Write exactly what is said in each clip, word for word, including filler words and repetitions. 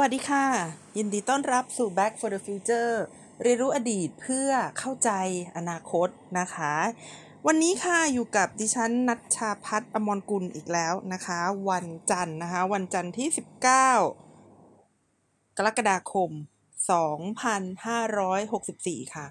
วัสดีค่ะยินดีต้อนรับสู่ Back for the Future เรียนรู้อดีตเพื่อเข้าใจอนาคตนะคะวันนี้ค่ะอยู่กับดิฉันณัชชาภัทร อมรกุลอีกแล้วนะคะวันจันทร์นะคะวันจันทร์ที่สิบเก้ากรกฎาคมสองพันห้าร้อยหกสิบสี่ค่ะ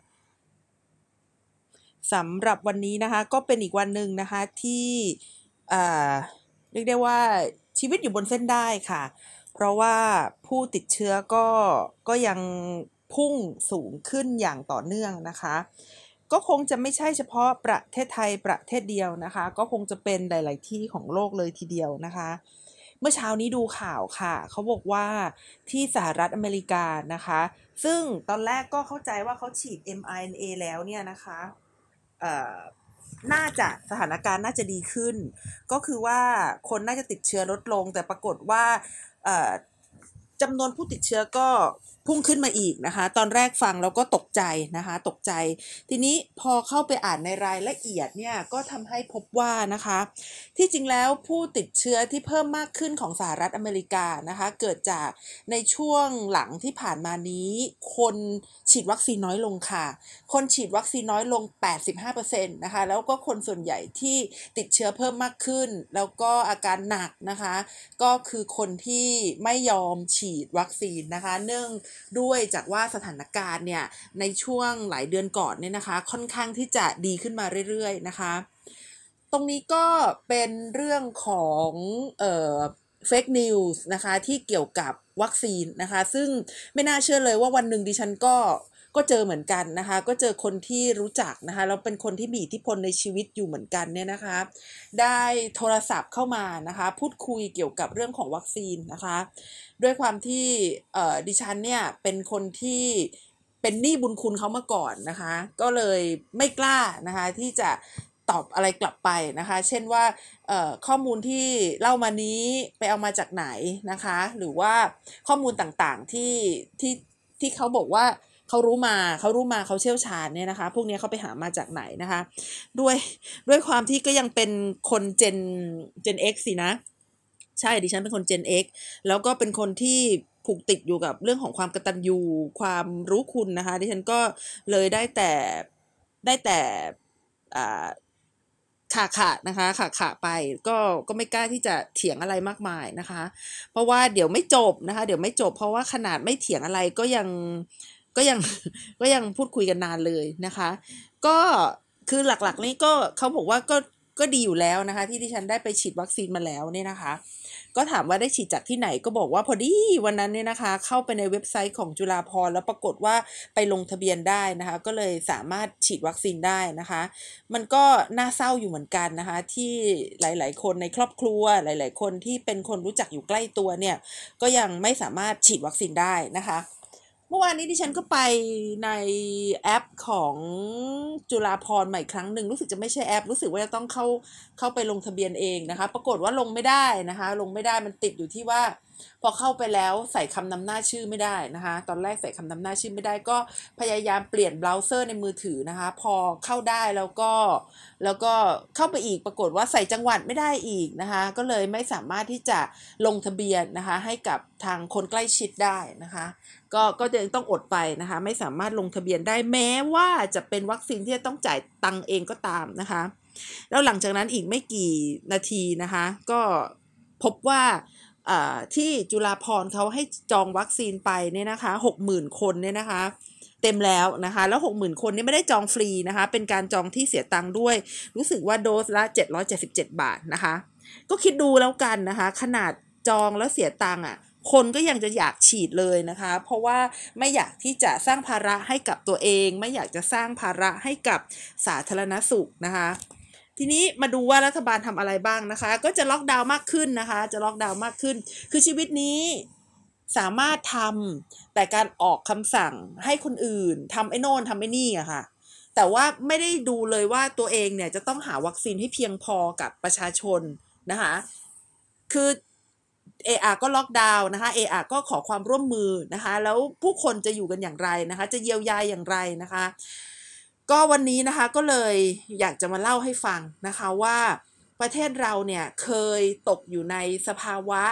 สำหรับวันนี้นะคะก็เป็นอีกวันหนึ่งนะคะที่อ่าเรียกได้ว่าชีวิตอยู่บนเส้นได้ค่ะเพราะว่าผู้ติดเชื้อก็ก็ยังพุ่งสูงขึ้นอย่างต่อเนื่องนะคะก็คงจะไม่ใช่เฉพาะประเทศไทยประเทศเดียวนะคะก็คงจะเป็นหลายๆที่ของโลกเลยทีเดียวนะคะเมื่อเช้านี้ดูข่าวค่ะเขาบอกว่าที่สหรัฐอเมริกานะคะซึ่งตอนแรกก็เข้าใจว่าเขาฉีด เอ็ม อาร์ เอ็น เอ แล้วเนี่ยนะคะเอ่อน่าจะสถานการณ์น่าจะดีขึ้นก็คือว่าคนน่าจะติดเชื้อลดลงแต่ปรากฏว่าจำนวนผู้ติดเชื้อก็พุ่งขึ้นมาอีกนะคะตอนแรกฟังแล้วก็ตกใจนะคะตกใจทีนี้พอเข้าไปอ่านในรายละเอียดเนี่ยก็ทำให้พบว่านะคะที่จริงแล้วผู้ติดเชื้อที่เพิ่มมากขึ้นของสหรัฐอเมริกานะคะเกิดจากในช่วงหลังที่ผ่านมานี้คนฉีดวัคซีนน้อยลงค่ะคนฉีดวัคซีนน้อยลง แปดสิบห้าเปอร์เซ็นต์ นะคะแล้วก็คนส่วนใหญ่ที่ติดเชื้อเพิ่มมากขึ้นแล้วก็อาการหนักนะคะก็คือคนที่ไม่ยอมฉีดวัคซีนนะคะเนื่องด้วยจากว่าสถานการณ์เนี่ยในช่วงหลายเดือนก่อนเนี่ยนะคะค่อนข้างที่จะดีขึ้นมาเรื่อยๆนะคะตรงนี้ก็เป็นเรื่องของเอ่อเฟกนิวส์นะคะที่เกี่ยวกับวัคซีนนะคะซึ่งไม่น่าเชื่อเลยว่าวันหนึ่งดิฉันก็ก็เจอเหมือนกันนะคะก็เจอคนที่รู้จักนะคะแล้วเป็นคนที่มีอิทธิพลในชีวิตอยู่เหมือนกันเนี่ยนะคะได้โทรศัพท์เข้ามานะคะพูดคุยเกี่ยวกับเรื่องของวัคซีนนะคะด้วยความที่เอ่อดิฉันเนี่ยเป็นคนที่เป็นหนี้บุญคุณเขามาก่อนนะคะก็เลยไม่กล้านะคะที่จะตอบอะไรกลับไปนะคะเช่นว่าเอ่อข้อมูลที่เล่ามานี้ไปเอามาจากไหนนะคะหรือว่าข้อมูลต่างๆที่ที่ที่เขาบอกว่าเขารู้มาเขารู้มาเขาเชี่ยวชาญเนี่ยนะคะพวกนี้เขาไปหามาจากไหนนะคะด้วยด้วยความที่ก็ยังเป็นคนเจนเจน X สินะใช่ดิฉันเป็นคน Gen X แล้วก็เป็นคนที่ผูกติดอยู่กับเรื่องของความกตัญญูความรู้คุณนะคะดิฉันก็เลยได้แต่ได้แต่อ่าขาขานะคะขาขาไปก็ก็ไม่กล้าที่จะเถียงอะไรมากมายนะคะเพราะว่าเดี๋ยวไม่จบนะคะเดี๋ยวไม่จบเพราะว่าขนาดไม่เถียงอะไรก็ยังก็ยังก็ยังพูดคุยกันนานเลยนะคะก็คือหลักๆนี่ก็เขาบอกว่าก็ก็ดีอยู่แล้วนะคะที่ดิฉันได้ไปฉีดวัคซีนมาแล้วเนี่ยนะคะก็ถามว่าได้ฉีดจากที่ไหนก็บอกว่าพอดีวันนั้นเนี่ยนะคะเข้าไปในเว็บไซต์ของจุฬาภรณ์แล้วปรากฏว่าไปลงทะเบียนได้นะคะก็เลยสามารถฉีดวัคซีนได้นะคะมันก็น่าเศร้าอยู่เหมือนกันนะคะที่หลายๆคนในครอบครัวหลายๆคนที่เป็นคนรู้จักอยู่ใกล้ตัวเนี่ยก็ยังไม่สามารถฉีดวัคซีนได้นะคะเมื่อวานนี้ดิฉันก็ไปในแอปของจุฬาภรณ์ใหม่ครั้งหนึ่งรู้สึกจะไม่ใช่แอปรู้สึกว่าจะต้องเข้าเข้าไปลงทะเบียนเองนะคะปรากฏว่าลงไม่ได้นะคะลงไม่ได้มันติดอยู่ที่ว่าพอเข้าไปแล้วใส่คำนำหน้าชื่อไม่ได้นะคะตอนแรกใส่คำนำหน้าชื่อไม่ได้ก็พยายามเปลี่ยนเบราว์เซอร์ในมือถือนะคะพอเข้าได้แล้วก็แล้วก็เข้าไปอีกปรากฏว่าใส่จังหวัดไม่ได้อีกนะคะก็เลยไม่สามารถที่จะลงทะเบียนนะคะให้กับทางคนใกล้ชิดได้นะคะก็ก็จะต้องอดไปนะคะไม่สามารถลงทะเบียนได้แม้ว่าจะเป็นวัคซีนที่จะต้องจ่ายตังค์เองก็ตามนะคะแล้วหลังจากนั้นอีกไม่กี่นาทีนะคะก็พบว่าที่จุฬาภรณ์เขาให้จองวัคซีนไปเนี่ยนะคะ หกหมื่น คนเนี่ยนะคะเต็มแล้วนะคะแล้ว หกหมื่น คนนี่ไม่ได้จองฟรีนะคะเป็นการจองที่เสียตังค์ด้วยรู้สึกว่าโดสละเจ็ดร้อยเจ็ดสิบเจ็ดบาทนะคะก็คิดดูแล้วกันนะคะขนาดจองแล้วเสียตังค์อ่ะคนก็ยังจะอยากฉีดเลยนะคะเพราะว่าไม่อยากที่จะสร้างภาระให้กับตัวเองไม่อยากจะสร้างภาระให้กับสาธารณสุขนะคะทีนี้มาดูว่ารัฐบาลทำอะไรบ้างนะคะก็จะล็อกดาวน์มากขึ้นนะคะจะล็อกดาวน์มากขึ้นคือชีวิตนี้สามารถทำแต่การออกคำสั่งให้คนอื่นทำไอ้โน่นทำไอ้นี่อะค่ะแต่ว่าไม่ได้ดูเลยว่าตัวเองเนี่ยจะต้องหาวัคซีนให้เพียงพอกับประชาชนนะคะคือเออาก็ล็อกดาวน์นะคะเออาก็ขอความร่วมมือนะคะแล้วผู้คนจะอยู่กันอย่างไรนะคะจะเยียวยาอย่างไรนะคะก็วันนี้นะคะก็เลยอยากจะมาเล่าให้ฟังนะคะว่าประเทศเราเนี่ยเคยตกอยู่ในสภาวะ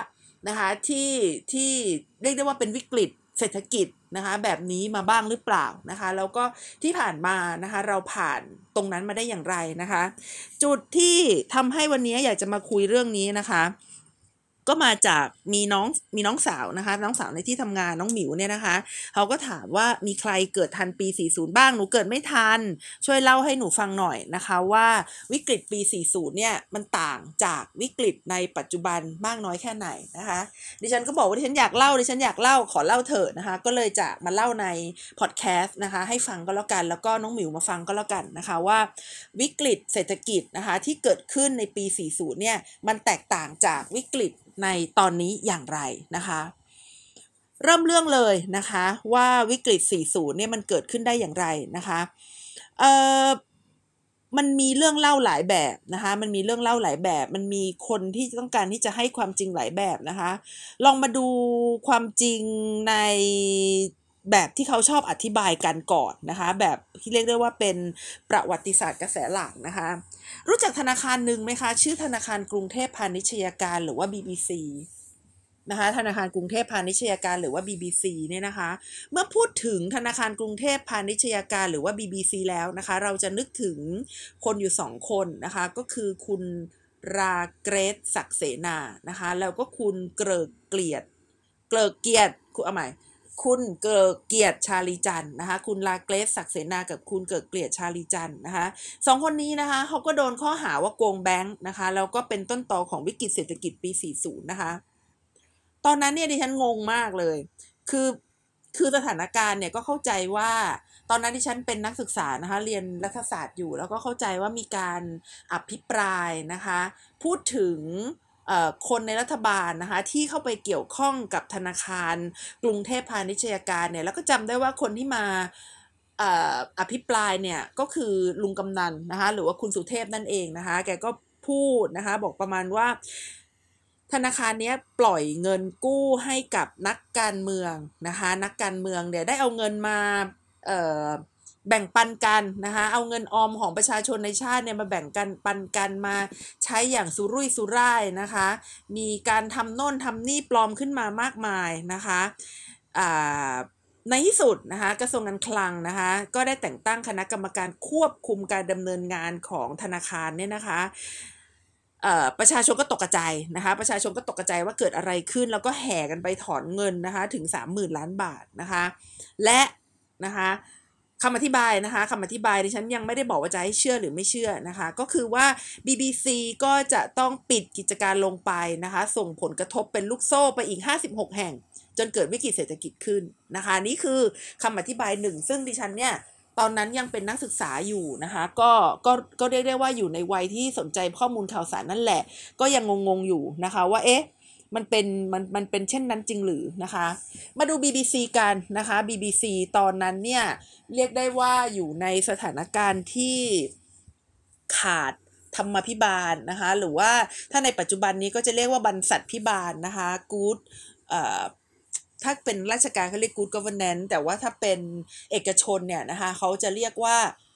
นะคะที่ที่เรียกได้ว่าเป็นวิกฤตเศรษฐกิจนะคะแบบนี้มาบ้างหรือเปล่านะคะแล้วก็ที่ผ่านมานะคะเราผ่านตรงนั้นมาได้อย่างไรนะคะจุดที่ทำให้วันนี้อยากจะมาคุยเรื่องนี้นะคะก็มาจากมีน้องมีน้องสาวนะคะน้องสาวในที่ทำงานน้องหมิวเนี่ยนะคะเขาก็ถามว่ามีใครเกิดทันปีสี่สิบบ้างหนูเกิดไม่ทันช่วยเล่าให้หนูฟังหน่อยนะคะว่าวิกฤตปีสี่สิบเนี่ยมันต่างจากวิกฤตในปัจจุบันมากน้อยแค่ไหนนะคะดิฉันก็บอกว่าดิฉันอยากเล่าดิฉันอยากเล่าขอเล่าเถอะนะคะก็เลยจะมาเล่าในพอดแคสต์นะคะให้ฟังก็แล้วกันแล้วก็น้องหมิวมาฟังก็แล้วกันนะคะว่าวิกฤตเศรษฐกิจนะคะที่เกิดขึ้นในปีสี่สิบเนี่ยมันแตกต่างจากวิกฤตในตอนนี้อย่างไรนะคะเริ่มเรื่องเลยนะคะว่าวิกฤตสี่สิบเนี่ยมันเกิดขึ้นได้อย่างไรนะคะเอ่อมันมีเรื่องเล่าหลายแบบนะคะมันมีเรื่องเล่าหลายแบบมันมีคนที่ต้องการที่จะให้ความจริงหลายแบบนะคะลองมาดูความจริงในแบบที่เขาชอบอธิบายกันก่อนนะคะแบบที่เรียกได้ว่าเป็นประวัติศาสตร์กระแสหลักนะคะรู้จักธนาคารหนึ่งไหมคะชื่อธนาคารกรุงเทพพาณิชยการหรือว่า บี บี ซี นะคะธนาคารกรุงเทพพาณิชยการหรือว่า บี บี ซี เนี่ยนะคะเมื่อพูดถึงธนาคารกรุงเทพพาณิชยการหรือว่า บี บี ซี แล้วนะคะเราจะนึกถึงคนอยู่สองคนนะคะก็คือคุณราเกรซศักดิ์เสนานะคะแล้วก็คุณเกริกเกลียดเกริกเกียรติคุณเอาใหม่คุณเกิกเกียรติชาลีจันทร์นะคะคุณราเกรซศักดิ์เสนากับคุณเกิกเกียรติชาลีจันทร์นะคะสองคนนี้นะคะเขาก็โดนข้อหาว่าโกงแบงค์นะคะแล้วก็เป็นต้นตอของวิกฤตเศรษฐกิจปีสี่สิบนะคะตอนนั้นเนี่ยดิฉันงงมากเลยคือคือสถานการณ์เนี่ยก็เข้าใจว่าตอนนั้นดิฉันเป็นนักศึกษานะคะเรียนรัฐศาสตร์อยู่แล้วก็เข้าใจว่ามีการอภิปรายนะคะพูดถึงคนในรัฐบาลนะคะที่เข้าไปเกี่ยวข้องกับธนาคารกรุงเทพพาณิชยการเนี่ยแล้วก็จำได้ว่าคนที่มาอภิปรายเนี่ยก็คือลุงกำนันนะคะหรือว่าคุณสุเทพนั่นเองนะคะแกก็พูดนะคะบอกประมาณว่าธนาคารนี้ปล่อยเงินกู้ให้กับนักการเมืองนะคะนักการเมืองเนี่ยได้เอาเงินมาเอ่อแบ่งปันกันนะคะเอาเงินออมของประชาชนในชาติเนี่ยมาแบ่งกันปันกันมาใช้อย่างสุรุ่ยสุร่ายนะคะมีการทำโน่นทำนี่ปลอมขึ้นมามากมายนะคะอ่าในที่สุดนะคะกระทรวงการคลังนะคะก็ได้แต่งตั้งคณะกรรมการควบคุมการดำเนินงานของธนาคารเนี่ยนะคะประชาชนก็ตกใจนะคะประชาชนก็ตกใจว่าเกิดอะไรขึ้นแล้วก็แห่กันไปถอนเงินนะคะถึง สามหมื่น ล้านบาทนะคะและนะคะคำอธิบายนะคะคำอธิบายดิฉันยังไม่ได้บอกว่าจะให้เชื่อหรือไม่เชื่อนะคะก็คือว่า บี บี ซี ก็จะต้องปิดกิจการลงไปนะคะส่งผลกระทบเป็นลูกโซ่ไปอีกห้าสิบหกแห่งจนเกิดวิกฤตเศรษฐกิจขึ้นนะคะนี่คือคำอธิบายหนึ่งซึ่งดิฉันเนี่ยตอนนั้นยังเป็นนักศึกษาอยู่นะคะก็ก็ก็เรียกได้ว่าอยู่ในวัยที่สนใจข้อมูลข่าวสารนั่นแหละก็ยังงงๆอยู่นะคะว่าเอ๊ะมันเป็นมันมันเป็นเช่นนั้นจริงหรือนะคะมาดู บี บี ซี กันนะคะ บี บี ซี ตอนนั้นเนี่ยเรียกได้ว่าอยู่ในสถานการณ์ที่ขาดธรรมาภิบาลนะคะหรือว่าถ้าในปัจจุบันนี้ก็จะเรียกว่าบรรษัทภิบาลนะคะ good เอ่อถ้าเป็นราชการเขาเรียก good governance แต่ว่าถ้าเป็นเอกชนเนี่ยนะคะเขาจะเรียกว่า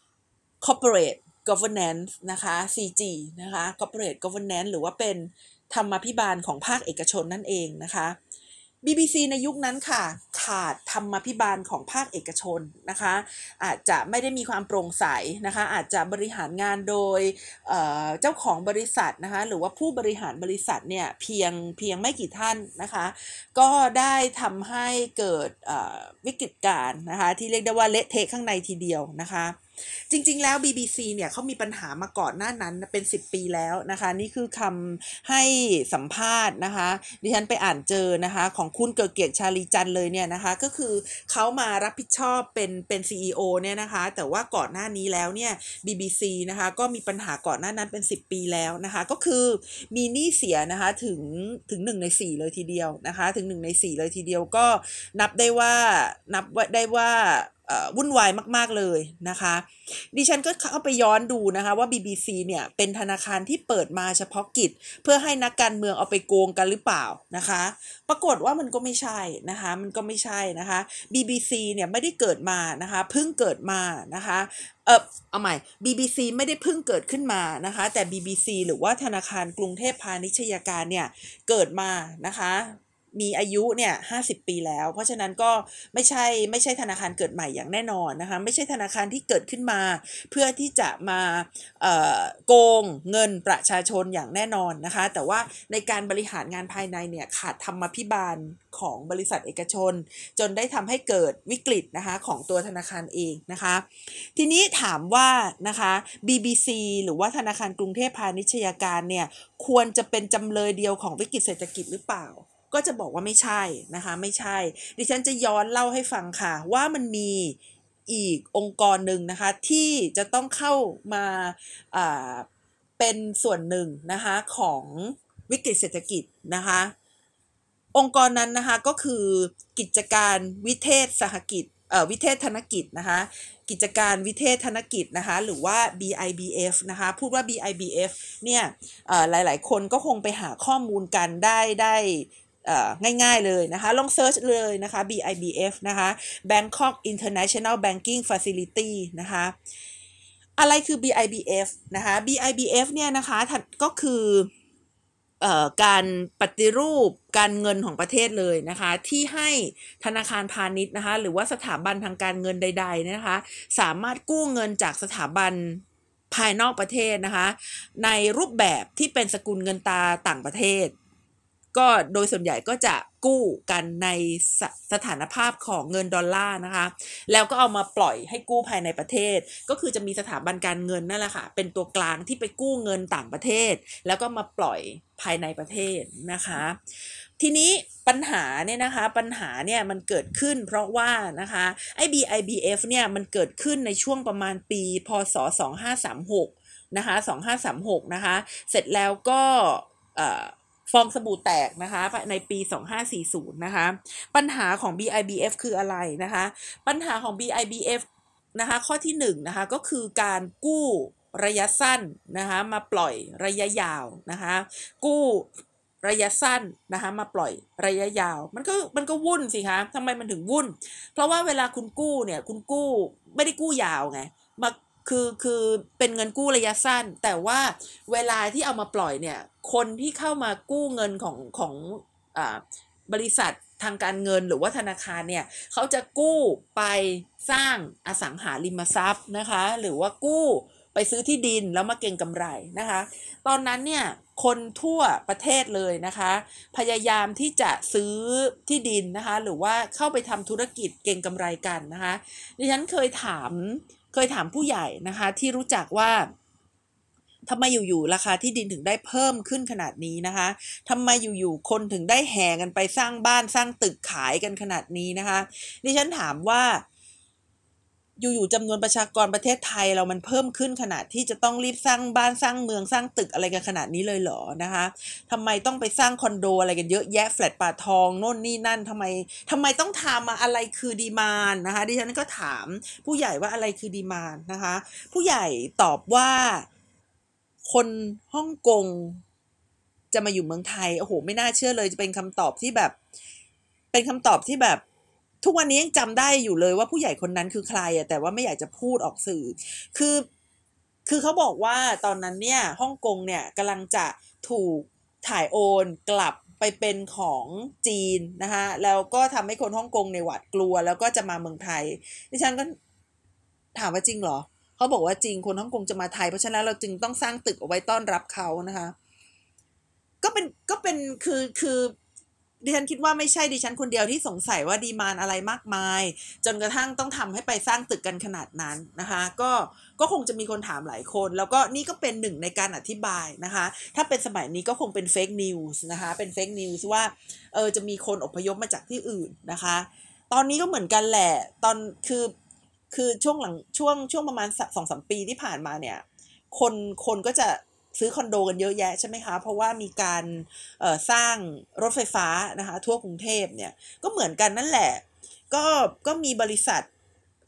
corporate governance นะคะ ซี จี นะคะ corporate governance หรือว่าเป็นธรรมาภิบาลของภาคเอกชนนั่นเองนะคะ บี บี ซี ในยุคนั้นค่ะขาดธรรมาภิบาลของภาคเอกชนนะคะอาจจะไม่ได้มีความโปร่งใสนะคะอาจจะบริหารงานโดยเอ่อเจ้าของบริษัทนะคะหรือว่าผู้บริหารบริษัทเนี่ยเพียงเพียงไม่กี่ท่านนะคะก็ได้ทำให้เกิดวิกฤตการณ์นะคะที่เรียกได้ว่าเละเทะข้างในทีเดียวนะคะจริงๆแล้ว บี บี ซี เนี่ยเขามีปัญหามาก่อนหน้านั้นเป็นสิบปีแล้วนะคะนี่คือคำให้สัมภาษณ์นะคะดิฉันไปอ่านเจอนะคะของคุณเกิกเกียรติชาลีจันทร์เลยเนี่ยนะคะก็คือเขามารับผิดชอบเป็นเป็น ซี อี โอ เนี่ยนะคะแต่ว่าก่อนหน้านี้แล้วเนี่ย บี บี ซี นะคะก็มีปัญหาก่อนหน้านั้นเป็นสิบปีแล้วนะคะก็คือมีหนี้เสียนะคะถึงถึงหนึ่งในสี่เลยทีเดียวนะคะถึงหนึ่งในสี่เลยทีเดียวก็นับได้ว่านับได้ว่าวุ่นวายมากๆเลยนะคะดิฉันก็เข้าไปย้อนดูนะคะว่า บี บี ซี เนี่ยเป็นธนาคารที่เปิดมาเฉพาะกิจเพื่อให้นักการเมืองเอาไปโกงกันหรือเปล่านะคะปรากฏว่ามันก็ไม่ใช่นะคะมันก็ไม่ใช่นะคะ บี บี ซี เนี่ยไม่ได้เกิดมานะคะเพิ่งเกิดมานะคะเออเอาใหม่ บี บี ซี ไม่ได้เพิ่งเกิดขึ้นมานะคะแต่ บี บี ซี หรือว่าธนาคารกรุงเทพพาณิชยการเนี่ยเกิดมานะคะมีอายุเนี่ยห้าสิบปีแล้วเพราะฉะนั้นก็ไม่ใช่ไม่ใช่ธนาคารเกิดใหม่อย่างแน่นอนนะคะไม่ใช่ธนาคารที่เกิดขึ้นมาเพื่อที่จะมาเอ่อโกงเงินประชาชนอย่างแน่นอนนะคะแต่ว่าในการบริหารงานภายในเนี่ยขาดธรรมาภิบาลของบริษัทเอกชนจนได้ทำให้เกิดวิกฤตนะคะของตัวธนาคารเองนะคะทีนี้ถามว่านะคะ บี บี ซี หรือว่าธนาคารกรุงเทพพาณิชยการเนี่ยควรจะเป็นจำเลยเดียวของวิกฤตเศรษฐกิจหรือเปล่าก็จะบอกว่าไม่ใช่นะคะไม่ใช่ดิฉันจะย้อนเล่าให้ฟังค่ะว่ามันมีอีกองค์กรหนึ่งนะคะที่จะต้องเข้ามาอ่าเป็นส่วนหนึ่งนะคะของวิกฤตเศรษฐกิจนะคะองค์กรนั้นนะคะก็คือกิจการวิเทศสหกิจเอ่อวิเทศธนกิจนะคะกิจการวิเทศธนกิจนะคะหรือว่า บี ไอ บี เอฟ นะคะพูดว่า บี ไอ บี เอฟ เนี่ยเอ่อหลายๆคนก็คงไปหาข้อมูลกันได้ได้ง่ายๆเลยนะคะลองเซิร์ชเลยนะคะ บี ไอ บี เอฟ นะคะ Bangkok International Banking Facility นะคะอะไรคือ บี ไอ บี เอฟ นะคะ บี ไอ บี เอฟ เนี่ยนะคะก็คือเอ่อการปฏิรูปการเงินของประเทศเลยนะคะที่ให้ธนาคารพาณิชย์นะคะหรือว่าสถาบันทางการเงินใดๆนะคะสามารถกู้เงินจากสถาบันภายนอกประเทศนะคะในรูปแบบที่เป็นสกุลเงินตราต่างประเทศก็โดยส่วนใหญ่ก็จะกู้กันในสสถานภาพของเงินดอลลาร์นะคะแล้วก็เอามาปล่อยให้กู้ภายในประเทศก็คือจะมีสถาบันการเงินนั่นแหละค่ะเป็นตัวกลางที่ไปกู้เงินต่างประเทศแล้วก็มาปล่อยภายในประเทศนะคะทีนี้ปัญหาเนี่ยนะคะปัญหาเนี่ยมันเกิดขึ้นเพราะว่านะคะไอ้ บี ไอ บี เอฟ เนี่ยมันเกิดขึ้นในช่วงประมาณปีพ.ศ. สองพันห้าร้อยสามสิบหกนะคะสองพันห้าร้อยสามสิบหกนะคะเสร็จแล้วก็เอ่อฟองสบู่แตกนะคะในปีสองพันห้าร้อยสี่สิบนะคะปัญหาของ บี ไอ บี เอฟ คืออะไรนะคะปัญหาของ บี ไอ บี เอฟ นะคะข้อที่หนึ่งนะคะก็คือการกู้ระยะสั้นนะคะมาปล่อยระยะยาวนะคะกู้ระยะสั้นนะคะมาปล่อยระยะยาวมันก็มันก็วุ่นสิคะทำไมมันถึงวุ่นเพราะว่าเวลาคุณกู้เนี่ยคุณกู้ไม่ได้กู้ยาวไงมาคือคือเป็นเงินกู้ระยะสั้นแต่ว่าเวลาที่เอามาปล่อยเนี่ยคนที่เข้ามากู้เงินของของอ่าบริษัททางการเงินหรือว่าธนาคารเนี่ยเขาจะกู้ไปสร้างอสังหาริมทรัพย์นะคะหรือว่ากู้ไปซื้อที่ดินแล้วมาเก็งกำไรนะคะตอนนั้นเนี่ยคนทั่วประเทศเลยนะคะพยายามที่จะซื้อที่ดินนะคะหรือว่าเข้าไปทำธุรกิจเก็งกำไรกันนะคะดิฉันเคยถามเคยถามผู้ใหญ่นะคะที่รู้จักว่าทำไมอยู่ๆราคาที่ดินถึงได้เพิ่มขึ้นขนาดนี้นะคะทำไมอยู่ๆคนถึงได้แห่กันไปสร้างบ้านสร้างตึกขายกันขนาดนี้นะคะดิฉันถามว่าอยู่ๆจำนวนประชากรประเทศไทยเรามันเพิ่มขึ้นขนาดที่จะต้องรีบสร้างบ้านสร้างเมืองสร้างตึกอะไรกันขนาดนี้เลยเหรอนะคะทำไมต้องไปสร้างคอนโดอะไรกันเยอะแยะแฟลตป่าทองโน่นนี่นั่นทำไมทำไมต้องทำมาอะไรคือดีมานด์นะคะดิฉันก็ถามผู้ใหญ่ว่าอะไรคือดีมานด์นะคะผู้ใหญ่ตอบว่าคนฮ่องกงจะมาอยู่เมืองไทยโอ้โหไม่น่าเชื่อเลยจะเป็นคำตอบที่แบบเป็นคำตอบที่แบบทุกวันนี้ยังจำได้อยู่เลยว่าผู้ใหญ่คนนั้นคือใครอะแต่ว่าไม่อยากจะพูดออกสื่อคือคือเขาบอกว่าตอนนั้นเนี่ยฮ่องกงเนี่ยกำลังจะถูกถ่ายโอนกลับไปเป็นของจีนนะคะแล้วก็ทำให้คนฮ่องกงในหวาดกลัวแล้วก็จะมาเมืองไทยดิฉันก็ถามว่าจริงเหรอเขาบอกว่าจริงคนฮ่องกงจะมาไทยเพราะฉะนั้นเราจึงต้องสร้างตึกเอาไว้ต้อนรับเขานะคะก็เป็นก็เป็นคือคือดิฉันคิดว่าไม่ใช่ดิฉันคนเดียวที่สงสัยว่าดีมานด์อะไรมากมายจนกระทั่งต้องทำให้ไปสร้างตึกกันขนาดนั้นนะคะก็ก็คงจะมีคนถามหลายคนแล้วก็นี่ก็เป็นหนึ่งในการอธิบายนะคะถ้าเป็นสมัยนี้ก็คงเป็นเฟกนิวส์นะคะเป็นเฟกนิวส์ว่าเออจะมีคนอพยพมาจากที่อื่นนะคะตอนนี้ก็เหมือนกันแหละตอนคือคือช่วงหลังช่วงช่วงประมาณสองสามปีที่ผ่านมาเนี่ยคนคนก็จะซื้อคอนโดกันเยอะแยะใช่ไหมคะเพราะว่ามีการเอ่อสร้างรถไฟฟ้านะคะทั่วกรุงเทพเนี่ยก็เหมือนกันนั่นแหละก็ก็มีบริษัท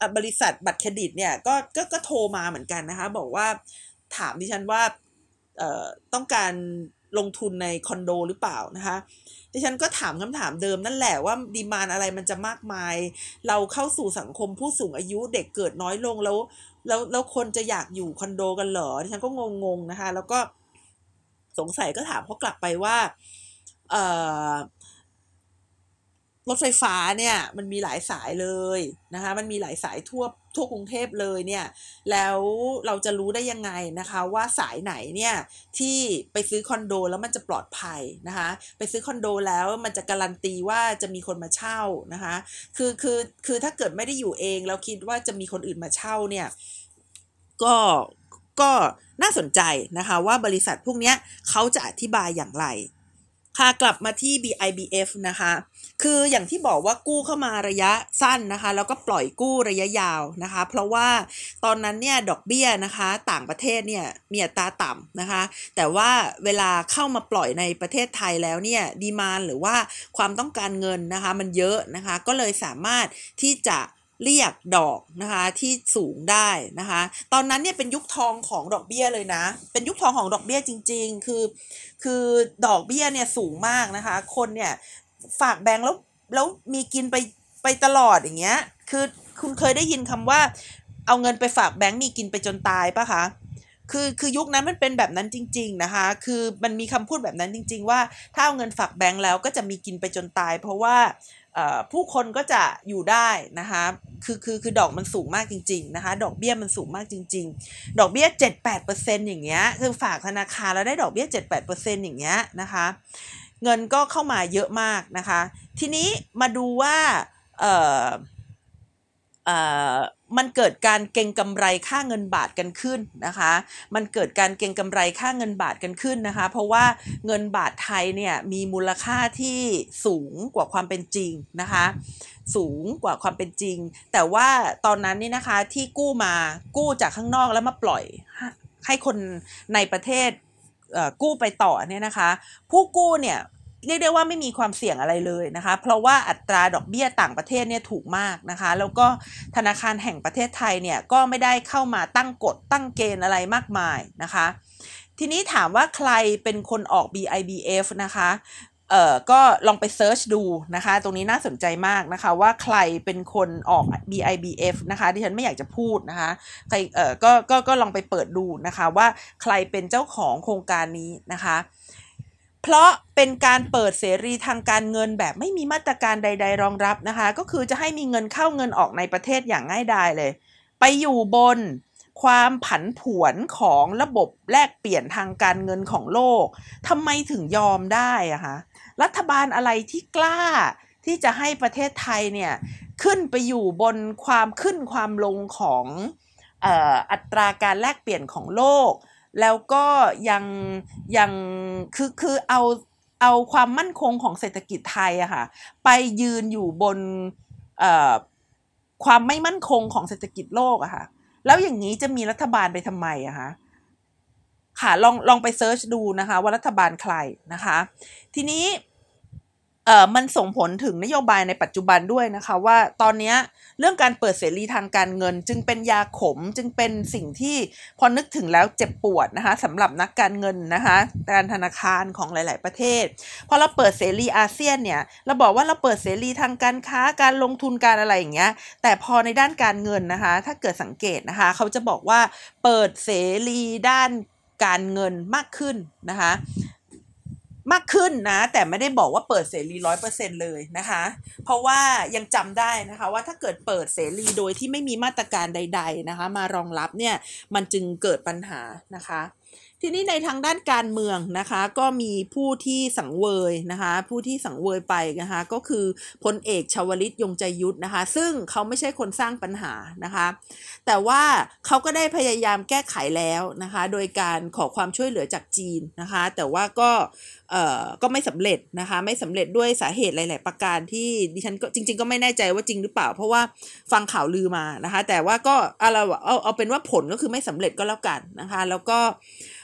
บริษัทบัตรเครดิตเนี่ยก็ก็ก็โทรมาเหมือนกันนะคะบอกว่าถามดิฉันว่าเอ่อต้องการลงทุนในคอนโดหรือเปล่านะคะดิฉันก็ถามคำถามเดิมนั่นแหละว่าดีมานด์อะไรมันจะมากมายเราเข้าสู่สังคมผู้สูงอายุเด็กเกิดน้อยลงแล้วแล้วแล้วคนจะอยากอยู่คอนโดกันเหรอดิฉันก็งงๆนะคะแล้วก็สงสัยก็ถามเขากลับไปว่าเอ่อรถไฟฟ้าเนี่ยมันมีหลายสายเลยนะคะมันมีหลายสายทั่วทั่วกรุงเทพเลยเนี่ยแล้วเราจะรู้ได้ยังไงนะคะว่าสายไหนเนี่ยที่ไปซื้อคอนโดแล้วมันจะปลอดภัยนะคะไปซื้อคอนโดแล้วมันจะการันตีว่าจะมีคนมาเช่านะคะคือคือคือถ้าเกิดไม่ได้อยู่เองแล้วคิดว่าจะมีคนอื่นมาเช่าเนี่ยก็ก็น่าสนใจนะคะว่าบริษัทพวกนี้เขาจะอธิบายอย่างไรค่ะกลับมาที่ บี ไอ บี เอฟ นะคะคืออย่างที่บอกว่ากู้เข้ามาระยะสั้นนะคะแล้วก็ปล่อยกู้ระยะยาวนะคะเพราะว่าตอนนั้นเนี่ยดอกเบี้ยนะคะต่างประเทศเนี่ยมีอัตราต่ำนะคะแต่ว่าเวลาเข้ามาปล่อยในประเทศไทยแล้วเนี่ยดีมานด์หรือว่าความต้องการเงินนะคะมันเยอะนะคะก็เลยสามารถที่จะเรียกดอกนะคะที่สูงได้นะคะตอนนั้นเนี่ยเป็นยุคทองของดอกเบี้ยเลยนะเป็นยุคทองของดอกเบี้ยจริงๆคือคือดอกเบี้ยเนี่ยสูงมากนะคะคนเนี่ยฝากแบงก์แล้วแล้วมีกินไปไปตลอดอย่างเงี้ยคือคุณเคยได้ยินคำว่าเอาเงินไปฝากแบงก์มีกินไปจนตายปะคะคือคือยุคนั้นมันเป็นแบบนั้นจริงๆนะคะคือมันมีคำพูดแบบนั้นจริงๆว่าถ้าเอาเงินฝากแบงก์แล้วก็จะมีกินไปจนตายเพราะว่าผู้คนก็จะอยู่ได้นะคะคือคือคือดอกมันสูงมากจริงๆนะคะดอกเบี้ยมันสูงมากจริงๆดอกเบี้ย เจ็ดถึงแปดเปอร์เซ็นต์ อย่างเงี้ยคือฝากธนาคารแล้วได้ดอกเบี้ย เจ็ดถึงแปดเปอร์เซ็นต์ อย่างเงี้ยนะคะเงินก็เข้ามาเยอะมากนะคะทีนี้มาดูว่าเอ่อเอ่อมันเกิดการเก็งกำไรค่าเงินบาทกันขึ้นนะคะมันเกิดการเก็งกำไรค่าเงินบาทกันขึ้นนะคะเพราะว่าเงินบาทไทยเนี่ยมีมูลค่าที่สูงกว่าความเป็นจริงนะคะสูงกว่าความเป็นจริงแต่ว่าตอนนั้นนี่นะคะที่กู้มากู้จากข้างนอกแล้วมาปล่อยให้คนในประเทศกู้ไปต่อเนี่ยนะคะผู้กู้เนี่ยเรียกได้ว่าไม่มีความเสี่ยงอะไรเลยนะคะเพราะว่าอัตราดอกเบี้ยต่างประเทศเนี่ยถูกมากนะคะแล้วก็ธนาคารแห่งประเทศไทยเนี่ยก็ไม่ได้เข้ามาตั้งกฎตั้งเกณฑ์อะไรมากมายนะคะทีนี้ถามว่าใครเป็นคนออก บี ไอ บี เอฟ นะคะเอ่อก็ลองไปเซิร์ชดูนะคะตรงนี้น่าสนใจมากนะคะว่าใครเป็นคนออก บี ไอ บี เอฟ นะคะดิฉันไม่อยากจะพูดนะคะใครเอ่อก็ก็ก็ลองไปเปิดดูนะคะว่าใครเป็นเจ้าของโครงการนี้นะคะเพราะเป็นการเปิดเสรีทางการเงินแบบไม่มีมาตรการใดๆรองรับนะคะก็คือจะให้มีเงินเข้าเงินออกในประเทศอย่างง่ายดายเลยไปอยู่บนความผันผวนของระบบแลกเปลี่ยนทางการเงินของโลกทำไมถึงยอมได้อะคะรัฐบาลอะไรที่กล้าที่จะให้ประเทศไทยเนี่ยขึ้นไปอยู่บนความขึ้นความลงของเอ่ออัตราการแลกเปลี่ยนของโลกแล้วก็ยังยังคือคือเอาเอาความมั่นคงของเศรษฐกิจไทยอะค่ะไปยืนอยู่บนเอ่อความไม่มั่นคงของเศรษฐกิจโลกอะค่ะแล้วอย่างนี้จะมีรัฐบาลไปทำไมอะคะค่ะลองลองไปเซิร์ชดูนะคะว่ารัฐบาลใครนะคะทีนี้เอ่อมันส่งผลถึงนโยบายในปัจจุบันด้วยนะคะว่าตอนนี้เรื่องการเปิดเสรีทางการเงินจึงเป็นยาขมจึงเป็นสิ่งที่พอนึกถึงแล้วเจ็บปวดนะคะสำหรับนักการเงินนะคะการธนาคารของหลายๆประเทศพอเราเปิดเสรีอาเซียนเนี่ยเราบอกว่าเราเปิดเสรีทางการค้าการลงทุนการอะไรอย่างเงี้ยแต่พอในด้านการเงินนะคะถ้าเกิดสังเกตนะคะเขาจะบอกว่าเปิดเสรีด้านการเงินมากขึ้นนะคะมากขึ้นนะแต่ไม่ได้บอกว่าเปิดเสรี ร้อยเปอร์เซ็นต์ เลยนะคะเพราะว่ายังจำได้นะคะว่าถ้าเกิดเปิดเสรีโดยที่ไม่มีมาตรการใดๆนะคะมารองรับเนี่ยมันจึงเกิดปัญหานะคะทีนี้ในทางด้านการเมืองนะคะก็มีผู้ที่สังเวยนะคะผู้ที่สังเวยไปนะคะก็คือพลเอกชวลิตยงใจยุทธนะคะซึ่งเขาไม่ใช่คนสร้างปัญหานะคะแต่ว่าเขาก็ได้พยายามแก้ไขแล้วนะคะโดยการขอความช่วยเหลือจากจีนนะคะแต่ว่าก็เอ่อก็ไม่สำเร็จนะคะไม่สำเร็จด้วยสาเหตุหลายๆประการที่ดิฉันก็จริงๆก็ไม่แน่ใจว่าจริงหรือเปล่าเพราะว่าฟังข่าวลือมานะคะแต่ว่าก็เอาเอาเอาเป็นว่าผลก็คือไม่สำเร็จก็แล้วกันนะคะแล้วก็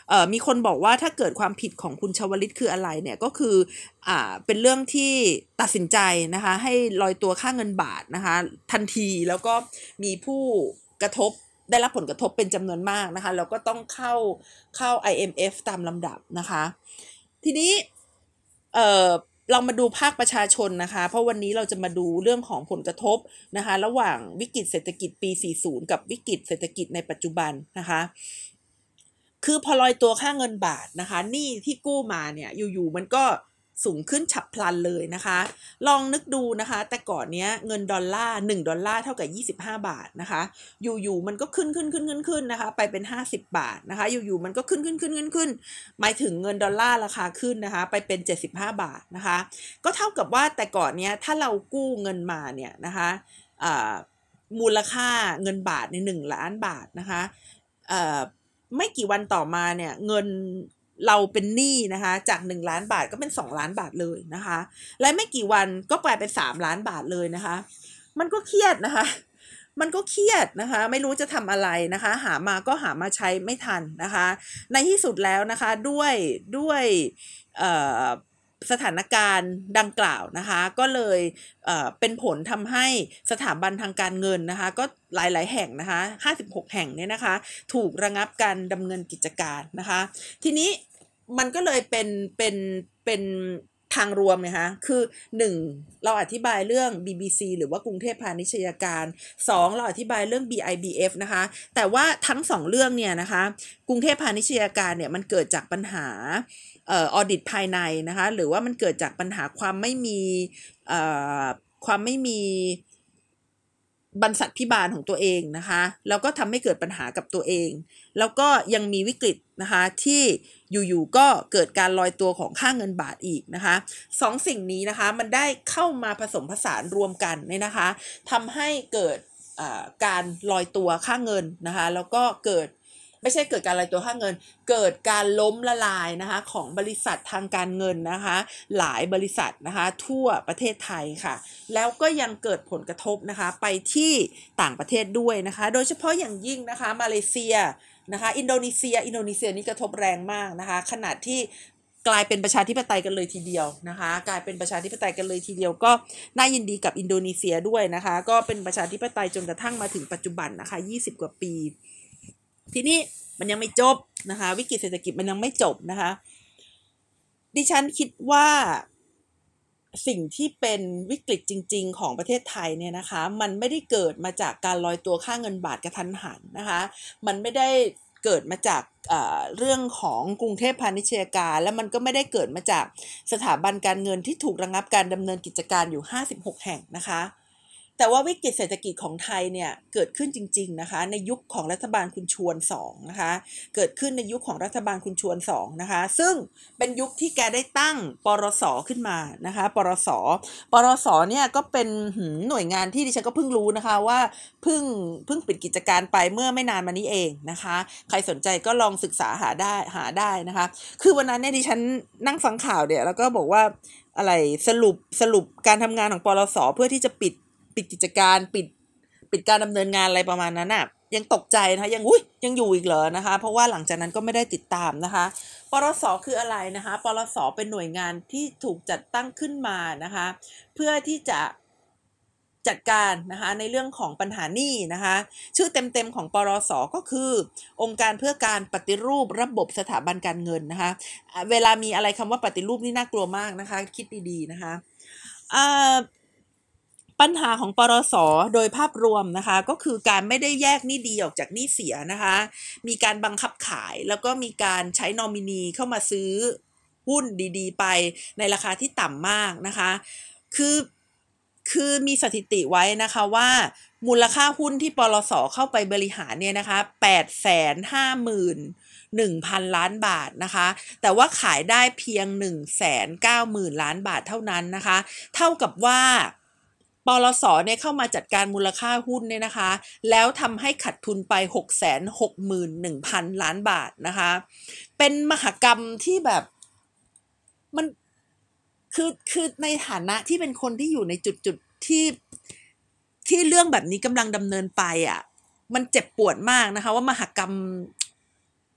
เอ่อมีคนบอกว่าถ้าเกิดความผิดของคุณชวลิตคืออะไรเนี่ยก็คืออ่าเป็นเรื่องที่ตัดสินใจนะคะให้ลอยตัวค่าเงินบาทนะคะทันทีแล้วก็มีผู้กระทบได้รับผลกระทบเป็นจำนวนมากนะคะแล้วก็ต้องเข้าเข้า ไอ เอ็ม เอฟ ตามลำดับนะคะทีนี้เอ่อเรามาดูภาคประชาชนนะคะเพราะวันนี้เราจะมาดูเรื่องของผลกระทบนะคะระหว่างวิกฤตเศรษฐกิจปีสี่สิบกับวิกฤตเศรษฐกิจในปัจจุบันนะคะคือพอลอยตัวค่าเงินบาทนะคะหนี้ที่กู้มาเนี่ยอยู่ๆมันก็สูงขึ้นฉับพลันเลยนะคะลองนึกดูนะคะแต่ก่อนเนี้ยเงินดอลลาร์หนึ่งดอลลาร์เท่ากับยี่สิบห้าบาทนะคะอยู่ๆมันก็ขึ้นขึ้นขึ้นขึ้นขึ้นนะคะไปเป็นห้าสิบบาทนะคะอยู่ๆมันก็ขึ้นขึ้นขึ้นขึ้นขึ้นหมายถึงเงินดอลลาร์ราคาขึ้นนะคะไปเป็นเจ็ดสิบห้าบาทนะคะก็เท่ากับว่าแต่ก่อนเนี้ยถ้าเรากู้เงินมาเนี่ยนะคะอ่ามูลค่าเงินบาทในหนึ่งล้านบาทนะคะเอ่อไม่กี่วันต่อมาเนี่ยเงินเราเป็นหนี้นะคะจากหนึ่งล้านบาทก็เป็นสองล้านบาทเลยนะคะและไม่กี่วันก็กลายเป็นสามล้านบาทเลยนะคะมันก็เครียดนะคะมันก็เครียดนะคะไม่รู้จะทำอะไรนะคะหามาก็หามาใช้ไม่ทันนะคะในที่สุดแล้วนะคะด้วยด้วยเอ่อสถานการณ์ดังกล่าวนะคะก็เลยเอ่อเป็นผลทำให้สถาบันทางการเงินนะคะก็หลายๆแห่งนะคะห้าสิบหกแห่งเนี่ยนะคะถูกระงับการดำเนินกิจการนะคะทีนี้มันก็เลยเป็นเป็นเป็นทางรวมนะคะคือหนึ่งเราอธิบายเรื่อง บี บี ซี หรือว่ากรุงเทพพาณิชยการสองเราอธิบายเรื่อง บี ไอ บี เอฟ นะคะแต่ว่าทั้งสองเรื่องเนี่ยนะคะกรุงเทพพาณิชยการเนี่ยมันเกิดจากปัญหาเอ่อออดิตภายในนะคะหรือว่ามันเกิดจากปัญหาความไม่มีเอ่อความไม่มีบรรษัทพิบาลของตัวเองนะคะแล้วก็ทำให้เกิดปัญหากับตัวเองแล้วก็ยังมีวิกฤตนะคะที่อยู่ๆก็เกิดการลอยตัวของค่าเงินบาทอีกนะคะสองสิ่งนี้นะคะมันได้เข้ามาผสมผสานรวมกันเนี่ยนะคะทำให้เกิดการลอยตัวค่าเงินนะคะแล้วก็เกิดไม่ใช่เกิดการลอยตัวค่าเงินเกิดการล้มละลายนะคะของบริษัททางการเงินนะคะหลายบริษัทนะคะทั่วประเทศไทยค่ะแล้วก็ยังเกิดผลกระทบนะคะไปที่ต่างประเทศด้วยนะคะโดยเฉพาะอย่างยิ่งนะคะมาเลเซียนะคะอินโดนีเซียอินโดนีเซียนี่กระทบแรงมากนะคะขนาดที่กลายเป็นประชาธิปไตยกันเลยทีเดียวนะคะกลายเป็นประชาธิปไตยกันเลยทีเดียวก็น่ายินดีกับอินโดนีเซียด้วยนะคะก็เป็นประชาธิปไตยจนกระทั่งมาถึงปัจจุบันนะคะยี่สิบกว่าปีทีนี้มันยังไม่จบนะคะวิกฤตเศรษฐกิจมันยังไม่จบนะคะดิฉันคิดว่าสิ่งที่เป็นวิกฤตจริงๆของประเทศไทยเนี่ยนะคะมันไม่ได้เกิดมาจากการลอยตัวค่าเงินบาทกระทันหันนะคะมันไม่ได้เกิดมาจากเอ่อเรื่องของกรุงเทพพาณิชยการและมันก็ไม่ได้เกิดมาจากสถาบันการเงินที่ถูกระงับการดำเนินกิจการอยู่ห้าสิบหกแห่งนะคะแต่ว่าวิกฤตเศรษฐกิจของไทยเนี่ยเกิดขึ้นจริงๆนะคะในยุคของรัฐบาลคุณชวนสองนะคะเกิดขึ้นในยุคของรัฐบาลคุณชวนสองนะคะซึ่งเป็นยุคที่แกได้ตั้งปรส.ขึ้นมานะคะปรส.ปรส.เนี่ยก็เป็นหน่วยงานที่ดิฉันก็เพิ่งรู้นะคะว่าเพิ่งเพิ่งปิดกิจการไปเมื่อไม่นานมานี้เองนะคะใครสนใจก็ลองศึกษาหาได้หาได้นะคะคือวันนั้นเนี่ยดิฉันนั่งฟังข่าวเนี่ยแล้วก็บอกว่าอะไรสรุปสรุปการทำงานของปรส.เพื่อที่จะปิดปิดกิจการปิดปิดการดำเนินงานอะไรประมาณนั้นน่ะยังตกใจนะคะยังอุ้ยยังอยู่อีกเหรอนะคะเพราะว่าหลังจากนั้นก็ไม่ได้ติดตามนะคะปรส.คืออะไรนะคะปรส.เป็นหน่วยงานที่ถูกจัดตั้งขึ้นมานะคะเพื่อที่จะจัดการนะคะในเรื่องของปัญหาหนี้นะคะชื่อเต็มๆของปรส.ก็คือองค์การเพื่อการปฏิรูประบบสถาบันการเงินนะคะเวลามีอะไรคำว่าปฏิรูปนี่น่ากลัวมากนะคะคิดดีๆนะคะอ่าปัญหาของปรส.โดยภาพรวมนะคะก็คือการไม่ได้แยกหนี้ดีออกจากหนี้เสียนะคะมีการบังคับขายแล้วก็มีการใช้นอมินีเข้ามาซื้อหุ้นดีๆไปในราคาที่ต่ำมากนะคะคือคือมีสถิติไว้นะคะว่ามูลค่าหุ้นที่ปรส.เข้าไปบริหารเนี่ยนะคะแปดแสนห้าหมื่นหนึ่งพันล้านบาทนะคะแต่ว่าขายได้เพียง หนึ่งแสนเก้าหมื่นล้านบาทเท่านั้นนะคะเท่ากับว่าปรส.เนี่ยเข้ามาจัดการมูลค่าหุ้นเนี่ยนะคะแล้วทำให้ขาดทุนไป หกแสนหกหมื่นหนึ่งพันล้านบาทนะคะเป็นมหกรรมที่แบบมันคือคือในฐานะที่เป็นคนที่อยู่ในจุดจุดที่ที่เรื่องแบบนี้กำลังดำเนินไปอ่ะมันเจ็บปวดมากนะคะว่ามหกรรม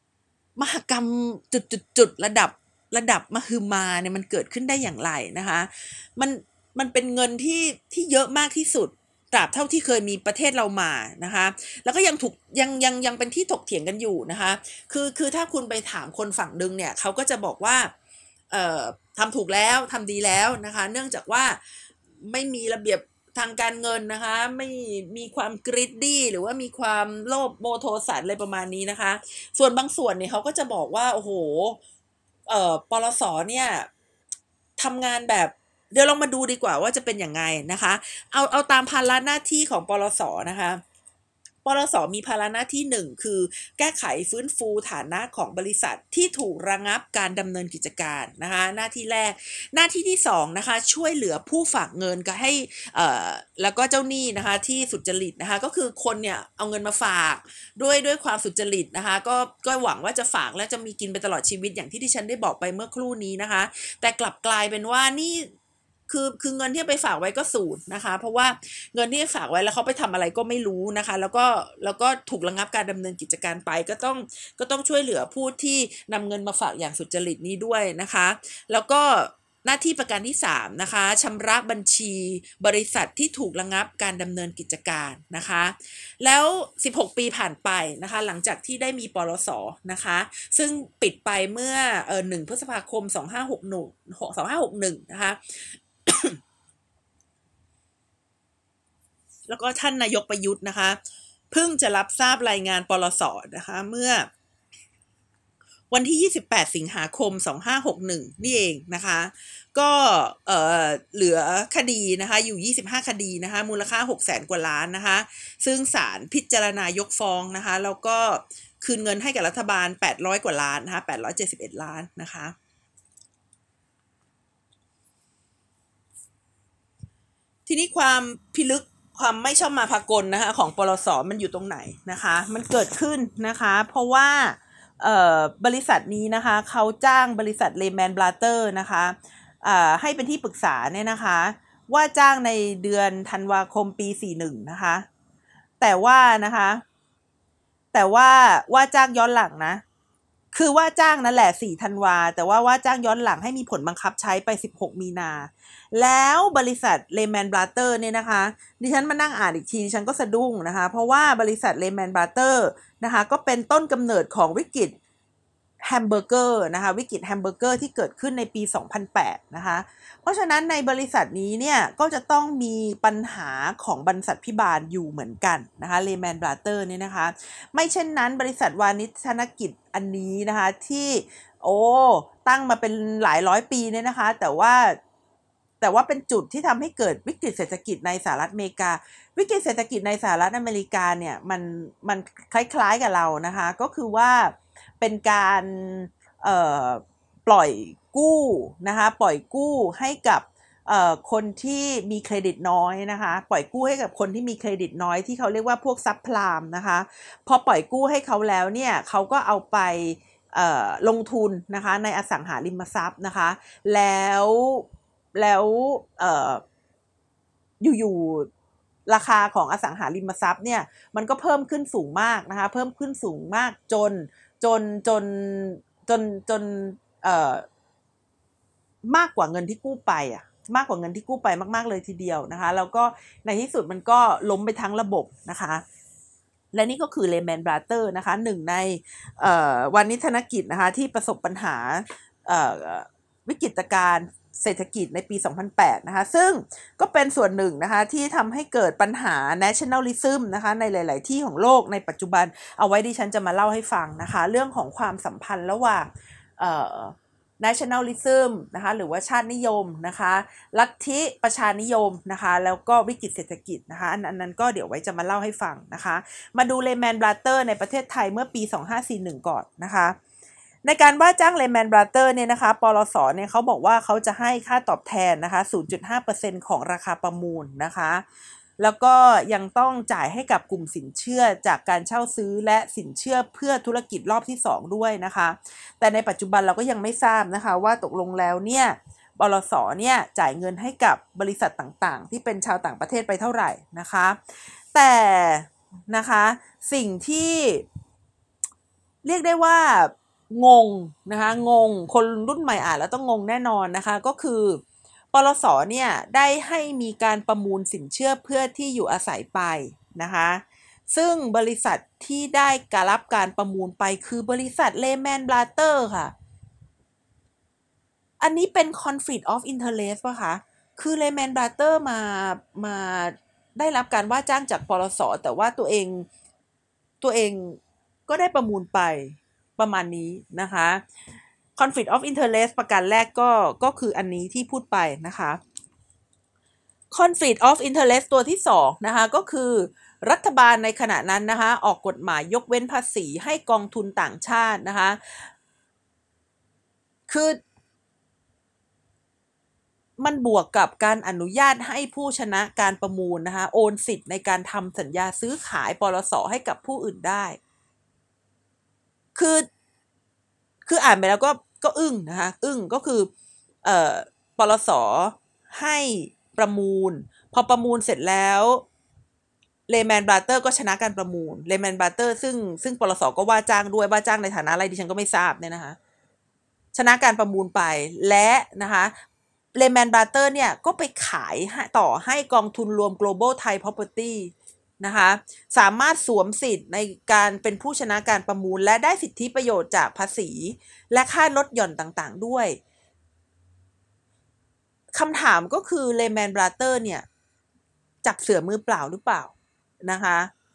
มหกรรมจุดๆๆระดับระดับมหึมาเนี่ยมันเกิดขึ้นได้อย่างไรนะคะมันมันเป็นเงินที่ที่เยอะมากที่สุดตราบเท่าที่เคยมีประเทศเรามานะคะแล้วก็ยังถูกยังยังยังเป็นที่ถกเถียงกันอยู่นะคะคือคือถ้าคุณไปถามคนฝั่งนึงเนี่ยเขาก็จะบอกว่าเอ่อทำถูกแล้วทำดีแล้วนะคะเนื่องจากว่าไม่มีระเบียบทางการเงินนะคะไม่มีความกริดดี้หรือว่ามีความโลภโมโทสันอะไรประมาณนี้นะคะ ส่วนบางส่วนเนี่ยเขาก็จะบอกว่าโอ้โหเอ่อปลสเนี่ยทำงานแบบเดี๋ยวลองมาดูดีกว่าว่าจะเป็นยังไงนะคะเอาเอาตามภาระหน้าที่ของปลสนะคะปลสมีภาระหน้าที่หนึ่งคือแก้ไขฟื้นฟูฐานะของบริษัทที่ถูกระงับการดำเนินกิจการนะคะหน้าที่แรกหน้าที่ที่สองนะคะช่วยเหลือผู้ฝากเงินก็ให้เอ่อแล้วก็เจ้าหนี้นะคะที่สุจริตนะคะก็คือคนเนี่ยเอาเงินมาฝากด้วยด้วยความสุจริตนะคะก็ก็หวังว่าจะฝากและจะมีกินไปตลอดชีวิตอย่างที่ที่ฉันได้บอกไปเมื่อครู่นี้นะคะแต่กลับกลายเป็นว่านี่คือคือเงินที่ไปฝากไว้ก็ศูนย์นะคะเพราะว่าเงินที่ฝากไว้แล้วเขาไปทำอะไรก็ไม่รู้นะคะแล้วก็แล้วก็ถูกระงับการดำเนินกิจการไปก็ต้องก็ต้องช่วยเหลือผู้ที่นำเงินมาฝากอย่างสุจริตนี้ด้วยนะคะแล้วก็หน้าที่ประการที่สามนะคะชำระบัญชีบริษัทที่ถูกระงับการดำเนินกิจการนะคะแล้วสิบหกปีผ่านไปนะคะหลังจากที่ได้มีปลสนะคะซึ่งปิดไปเมื่อเอ่อหนึ่งพฤษภาคมสองพันห้าร้อยหกสิบเอ็ด สองพันห้าร้อยหกสิบเอ็ดนะคะแล้วก็ท่านนายกประยุทธ์นะคะเพิ่งจะรับทราบรายงานปลสนะคะเมื่อวันที่ยี่สิบแปดสิงหาคมสองพันห้าร้อยหกสิบเอ็ดนี่เองนะคะก็เอ่อเหลือคดีนะคะอยู่ยี่สิบห้าคดีนะคะมูลค่าหกแสนกว่าล้านนะคะซึ่งศาลพิจารณายกฟ้องนะคะแล้วก็คืนเงินให้กับรัฐบาลแปดร้อยกว่าล้านนะคะแปดร้อยเจ็ดสิบเอ็ดล้านนะคะทีนี้ความพิลึกความไม่ชอบมาพากลนะคะของปลสมันอยู่ตรงไหนนะคะมันเกิดขึ้นนะคะเพราะว่าเอ่อบริษัทนี้นะคะเขาจ้างบริษัทเลแมนบราเตอร์นะคะอ่าให้เป็นที่ปรึกษาเนี่ยนะคะว่าจ้างในเดือนธันวาคมปีสี่สิบเอ็ดนะคะแต่ว่านะคะแต่ว่าว่าจ้างย้อนหลังนะคือว่าจ้างนั่นแหละสี่ธันวาแต่ว่าว่าจ้างย้อนหลังให้มีผลบังคับใช้ไปสิบหกมีนาแล้วบริษัทเลแมนบราเตอร์เนี่ยนะคะดิฉันมานั่งอ่านอีกทีดิฉันก็สะดุ้งนะคะเพราะว่าบริษัทเลแมนบราเตอร์นะคะก็เป็นต้นกำเนิดของวิกฤตแฮมเบอร์เกอร์นะคะวิกฤตแฮมเบอร์เกอร์ที่เกิดขึ้นในปีสองพันแปดนะคะเพราะฉะนั้นในบริษัทนี้เนี่ยก็จะต้องมีปัญหาของบรรษัทพิบาลอยู่เหมือนกันนะคะเลแมนบราเตอร์เนี่ยนะคะไม่เช่นนั้นบริษัทวานิชธนกิจอันนี้นะคะที่โอ้ตั้งมาเป็นหลายร้อยปีเนี่ยนะคะแต่ว่าแต่ว่าเป็นจุดที่ทำให้เกิดวิกฤตเศรษฐกิจในสหรัฐอเมริกาวิกฤตเศรษฐกิจในสหรัฐอเมริกาเนี่ยมันมันคล้ายๆกับเรานะคะก็คือว่าเป็นการเอ่อปล่อยกู้นะคะปล่อยกู้ให้กับเอ่อคนที่มีเครดิตน้อยนะคะปล่อยกู้ให้กับคนที่มีเครดิตน้อยที่เขาเรียกว่าพวกซับพลามนะคะพอปล่อยกู้ให้เขาแล้วเนี่ยเขาก็เอาไปลงทุนนะคะในอสังหาริมทรัพย์นะคะแล้วแล้วอยู่ๆราคาของอสังหาริมทรัพย์เนี่ยมันก็เพิ่มขึ้นสูงมากนะคะเพิ่มขึ้นสูงมากจนจนจนจนจนเอ่อมากกว่าเงินที่กู้ไปอ่ะมากกว่าเงินที่กู้ไปมากๆเลยทีเดียวนะคะแล้วก็ในที่สุดมันก็ล้มไปทั้งระบบนะคะและนี่ก็คือเลแมนบราเตอร์นะคะหนึ่งในวานิชธนกิจนะคะที่ประสบปัญหาวิกฤตการณ์เศรษฐกิจในปีสองพันแปดนะคะซึ่งก็เป็นส่วนหนึ่งนะคะที่ทำให้เกิดปัญหา nationalism นะคะในหลายๆที่ของโลกในปัจจุบันเอาไว้ดิฉันจะมาเล่าให้ฟังนะคะเรื่องของความสัมพันธ์ระหว่างเอ่อ nationalism นะคะหรือว่าชาตินิยมนะคะลัทธิประชานิยมนะคะแล้วก็วิกฤตเศรษฐกิจนะคะอันนั้นก็เดี๋ยวไว้จะมาเล่าให้ฟังนะคะมาดูเลแมนบราเตอร์ในประเทศไทยเมื่อปีสองพันห้าร้อยสี่สิบเอ็ดก่อนนะคะในการว่าจ้างเลแมนบราเตอร์เนี่ยนะคะปลสเนี่ยเขาบอกว่าเขาจะให้ค่าตอบแทนนะคะ ศูนย์จุดห้าเปอร์เซ็นต์ ของราคาประมูลนะคะแล้วก็ยังต้องจ่ายให้กับกลุ่มสินเชื่อจากการเช่าซื้อและสินเชื่อเพื่อธุรกิจรอบที่สองด้วยนะคะแต่ในปัจจุบันเราก็ยังไม่ทราบนะคะว่าตกลงแล้วเนี่ยปลสเนี่ยจ่ายเงินให้กับบริษัทต่างๆที่เป็นชาวต่างประเทศไปเท่าไหร่นะคะแต่นะคะสิ่งที่เรียกได้ว่างงนะคะงงคนรุ่นใหม่อ่านแล้วต้องงงแน่นอนนะคะก็คือปลสเนี่ยได้ให้มีการประมูลสินเชื่อเพื่อที่อยู่อาศัยไปนะคะซึ่งบริษัทที่ได้การรับการประมูลไปคือบริษัทเลแมนบราเตอร์ค่ะอันนี้เป็น conflict of interest ป่ะคะคือเลแมนบราเตอร์มามาได้รับการว่าจ้างจากปลสแต่ว่าตัวเองตัวเองก็ได้ประมูลไปประมาณนี้นะคะ conflict of interest ประการแรกก็ก็คืออันนี้ที่พูดไปนะคะ conflict of interest ตัวที่สองนะคะก็คือรัฐบาลในขณะนั้นนะคะออกกฎหมายยกเว้นภาษีให้กองทุนต่างชาตินะคะคือมันบวกกับการอนุญาตให้ผู้ชนะการประมูลนะคะโอนสิทธิ์ในการทำสัญญาซื้อขายปลสให้กับผู้อื่นได้คือคืออ่านไปแล้วก็ก็อึ้งนะคะอึ้งก็คือเอ่อปลสให้ประมูลพอประมูลเสร็จแล้วเลแมนบราเตอร์ก็ชนะการประมูลเลแมนบราเตอร์ซึ่งซึ่งปลสก็ว่าจ้างด้วยว่าจ้างในฐานะอะไรดิฉันก็ไม่ทราบเนี่ยนะคะชนะการประมูลไปและนะคะเลแมนบราเตอร์เนี่ยก็ไปขายต่อให้กองทุนรวม global Thai property นะคะสามารถสวมสิทธิ์ในการเป็นผู้ชนะการประมูลและได้สิทธิประโยชน์จากภาษีและค่าลดหย่อนต่างๆด้วยคำถามก็คือเลแมนบราเตอร์เนี่ยจับเสือมือเปล่าหรือเปล่านะคะ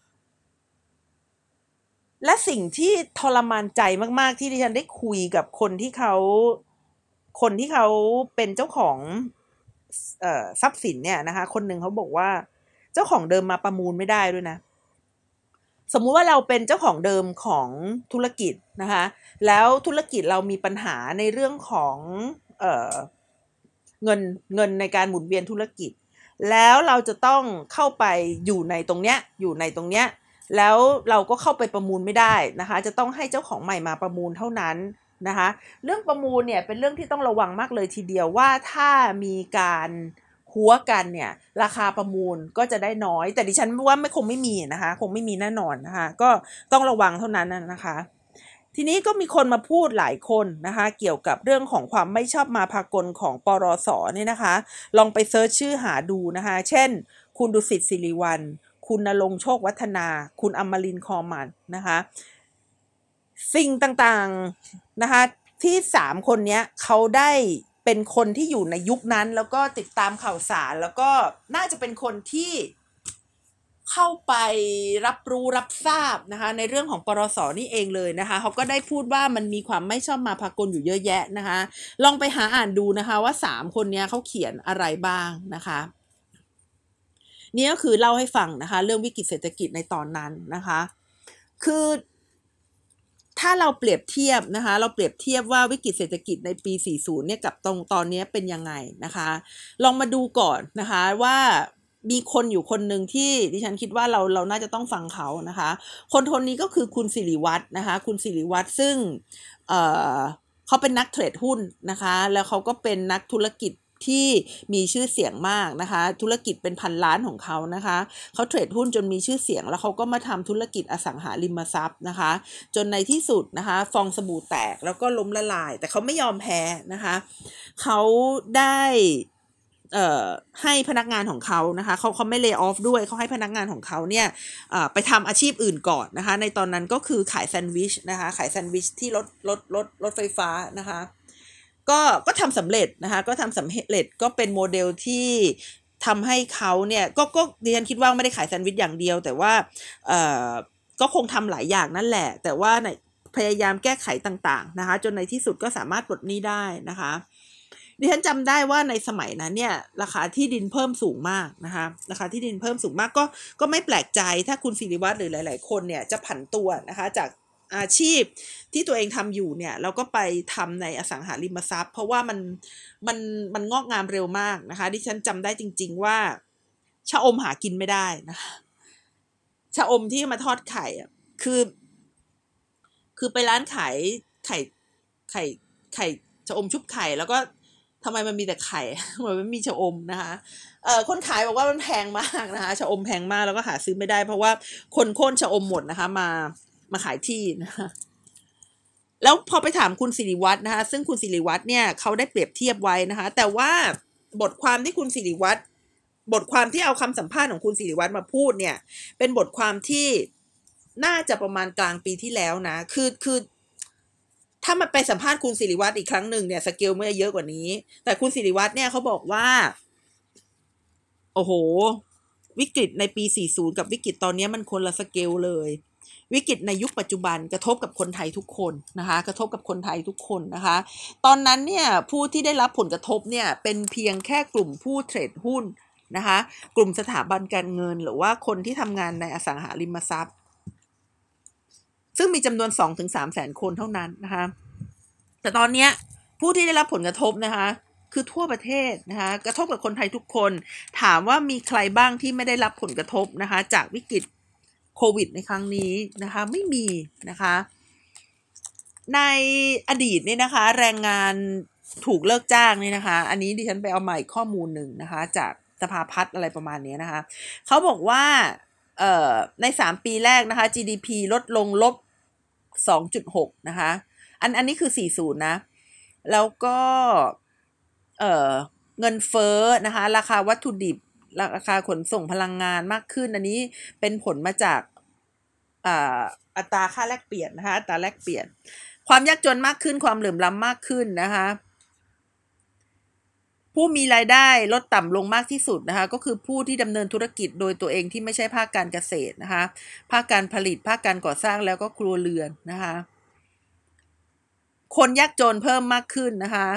และสิ่งที่ทรมานใจมากๆที่ดิฉันได้คุยกับคนที่เขาคนที่เขาเป็นเจ้าของเอ่อทรัพย์สินเนี่ยนะคะคนหนึ่งเขาบอกว่าเจ้าของเดิมมาประมูลไม่ได้ด้วยนะสมมุติว่าเราเป็นเจ้าของเดิมของธุรกิจนะคะแล้วธุรกิจเรามีปัญหาในเรื่องของเอ่อเงินเงินในการหมุนเวียนธุรกิจแล้วเราจะต้องเข้าไปอยู่ในตรงเนี้ยอยู่ในตรงเนี้ยแล้วเราก็เข้าไปประมูลไม่ได้นะคะจะต้องให้เจ้าของใหม่มาประมูลเท่านั้นนะคะเรื่องประมูลเนี่ยเป็นเรื่องที่ต้องระวังมากเลยทีเดียวว่าถ้ามีการหัวกันเนี่ยราคาประมูลก็จะได้น้อยแต่ดิฉันว่าไม่คงไม่มีนะคะคงไม่มีแน่นอนนะคะก็ต้องระวังเท่านั้นนะคะทีนี้ก็มีคนมาพูดหลายคนนะคะเกี่ยวกับเรื่องของความไม่ชอบมาพากลของปรสเนี่ยนะคะลองไปเซิร์ชชื่อหาดูนะคะเช่นคุณดุสิตศิริวัลย์คุณณรงค์โชควัฒนาคุณอมรินทร์คอมันนะคะสิ่งต่างๆนะคะที่สามคนนี้เขาได้เป็นคนที่อยู่ในยุคนั้นแล้วก็ติดตามข่าวสารแล้วก็น่าจะเป็นคนที่เข้าไปรับรู้รับทราบนะคะในเรื่องของปรสนี่เองเลยนะคะเขาก็ได้พูดว่ามันมีความไม่ชอบมาพากลอยู่เยอะแยะนะคะลองไปหาอ่านดูนะคะว่าสามคนนี้เขาเขียนอะไรบ้างนะคะนี่ก็คือเล่าให้ฟังนะคะเรื่องวิกฤตเศรษฐกิจในตอนนั้นนะคะคือถ้าเราเปรียบเทียบนะคะเราเปรียบเทียบว่าวิกฤตเศรษฐกิจในปีสี่สิบเนี่ยกับตรงตอนนี้เป็นยังไงนะคะลองมาดูก่อนนะคะว่ามีคนอยู่คนหนึ่งที่ดิฉันคิดว่าเราเราน่าจะต้องฟังเขานะคะคนคนนี้ก็คือคุณสิริวัฒน์นะคะคุณสิริวัฒน์ซึ่งเอ่อเขาเป็นนักเทรดหุ้นนะคะแล้วเขาก็เป็นนักธุรกิจที่มีชื่อเสียงมากนะคะธุรกิจเป็นพันล้านของเขานะคะเขาเทรดหุ้นจนมีชื่อเสียงแล้วเขาก็มาทำธุรกิจอสังหาริมทรัพย์นะคะจนในที่สุดนะคะฟองสบู่แตกแล้วก็ล้มละลายแต่เขาไม่ยอมแพ้นะคะเขาได้เอ่อให้พนักงานของเขานะคะเขาเขาไม่เลย์ออฟด้วยเขาให้พนักงานของเขาเนี่ยไปทำอาชีพอื่นก่อนนะคะในตอนนั้นก็คือขายแซนด์วิชนะคะขายแซนด์วิชที่รถรถรถรถไฟฟ้านะคะก็ก็ทำสำเร็จนะคะก็ทำสำเร็จก็เป็นโมเดลที่ทำให้เขาเนี่ยก็ก็ดิฉันคิดว่าไม่ได้ขายแซนด์วิชอย่างเดียวแต่ว่าเอ่อก็คงทำหลายอย่างนั่นแหละแต่ว่าในพยายามแก้ไขต่างๆนะคะจนในที่สุดก็สามารถปลดหนี้ได้นะคะดิฉันจำได้ว่าในสมัยนั้นเนี่ยราคาที่ดินเพิ่มสูงมากนะคะราคาที่ดินเพิ่มสูงมากก็ก็ไม่แปลกใจถ้าคุณศิริวัฒน์หรือหลายๆคนเนี่ยจะผันตัวนะคะจากอาชีพที่ตัวเองทำอยู่เนี่ยเราก็ไปทำในอสังหาริมทรัพย์เพราะว่ามันมันมันงอกงามเร็วมากนะคะดิฉันจำได้จริงๆว่าชะอมหากินไม่ได้นะคะชะอมที่มาทอดไข่อ่ะคือคือไปร้านขายไข่ไข่ไข่ชะอมชุบไข่แล้วก็ทำไมมันมีแต่ไข่มันไม่มีชะอมนะคะเอ่อคนขายบอกว่ามันแพงมากนะคะชะอมแพงมากแล้วก็หาซื้อไม่ได้เพราะว่าคนโค่นชะอมหมดนะคะมามาขายที่นะคะแล้วพอไปถามคุณศิริวัฒน์นะคะซึ่งคุณศิริวัฒน์เนี่ยเขาได้เปรียบเทียบไว้นะคะแต่ว่าบทความที่คุณศิริวัฒน์บทความที่เอาคำสัมภาษณ์ของคุณศิริวัฒน์มาพูดเนี่ยเป็นบทความที่น่าจะประมาณกลางปีที่แล้วนะคือคือถ้ามันไปสัมภาษณ์คุณศิริวัฒน์อีกครั้งหนึ่งเนี่ยสเกลมันจะเยอะกว่านี้แต่คุณศิริวัฒน์เนี่ยเขาบอกว่าโอ้โหวิกฤตในปีสี่สิบกับวิกฤตตอนนี้มันคนละสเกลเลยวิกฤตในยุคปัจจุบันกระทบกับคนไทยทุกคนนะคะกระทบกับคนไทยทุกคนนะคะตอนนั้นเนี่ยผู้ที่ได้รับผลกระทบเนี่ยเป็นเพียงแค่กลุ่มผู้เทรดหุ้นนะคะกลุ่มสถาบันการเงินหรือว่าคนที่ทำงานในอสังหาริมทรัพย์ซึ่งมีจำนวน สองถึงสาม แสนคนเท่านั้นนะคะแต่ตอนนี้ผู้ที่ได้รับผลกระทบนะคะคือทั่วประเทศนะคะกระทบกับคนไทยทุกคนถามว่ามีใครบ้างที่ไม่ได้รับผลกระทบนะคะจากวิกฤตโควิดในครั้งนี้นะคะไม่มีนะคะในอดีตเนี่ยนะคะแรงงานถูกเลิกจ้างเนี่ยนะคะอันนี้ดิฉันไปเอาใหม่ข้อมูลหนึ่งนะคะจากสภาพัฒน์อะไรประมาณนี้นะคะเขาบอกว่าเอ่อในสามปีแรกนะคะ จี ดี พี ลดลงลบ สองจุดหก นะคะอันอันนี้คือสี่สิบนะแล้วก็เอ่อเงินเฟ้อนะคะราคาวัตถุดิบราคาขนส่งพลังงานมากขึ้นอันนี้เป็นผลมาจากอ่าอัตราค่าแลกเปลี่ยนนะคะอัตราแลกเปลี่ยนความยากจนมากขึ้นความเหลื่อมล้ำมากขึ้นนะคะผู้มีรายได้ลดต่ำลงมากที่สุดนะคะก็คือผู้ที่ดำเนินธุรกิจโดยตัวเองที่ไม่ใช่ภาคการเกษตรนะคะภาคการผลิตภาคการก่อสร้างแล้วก็ครัวเรือนนะคะคนยากจนเพิ่มมากขึ้นนะคะ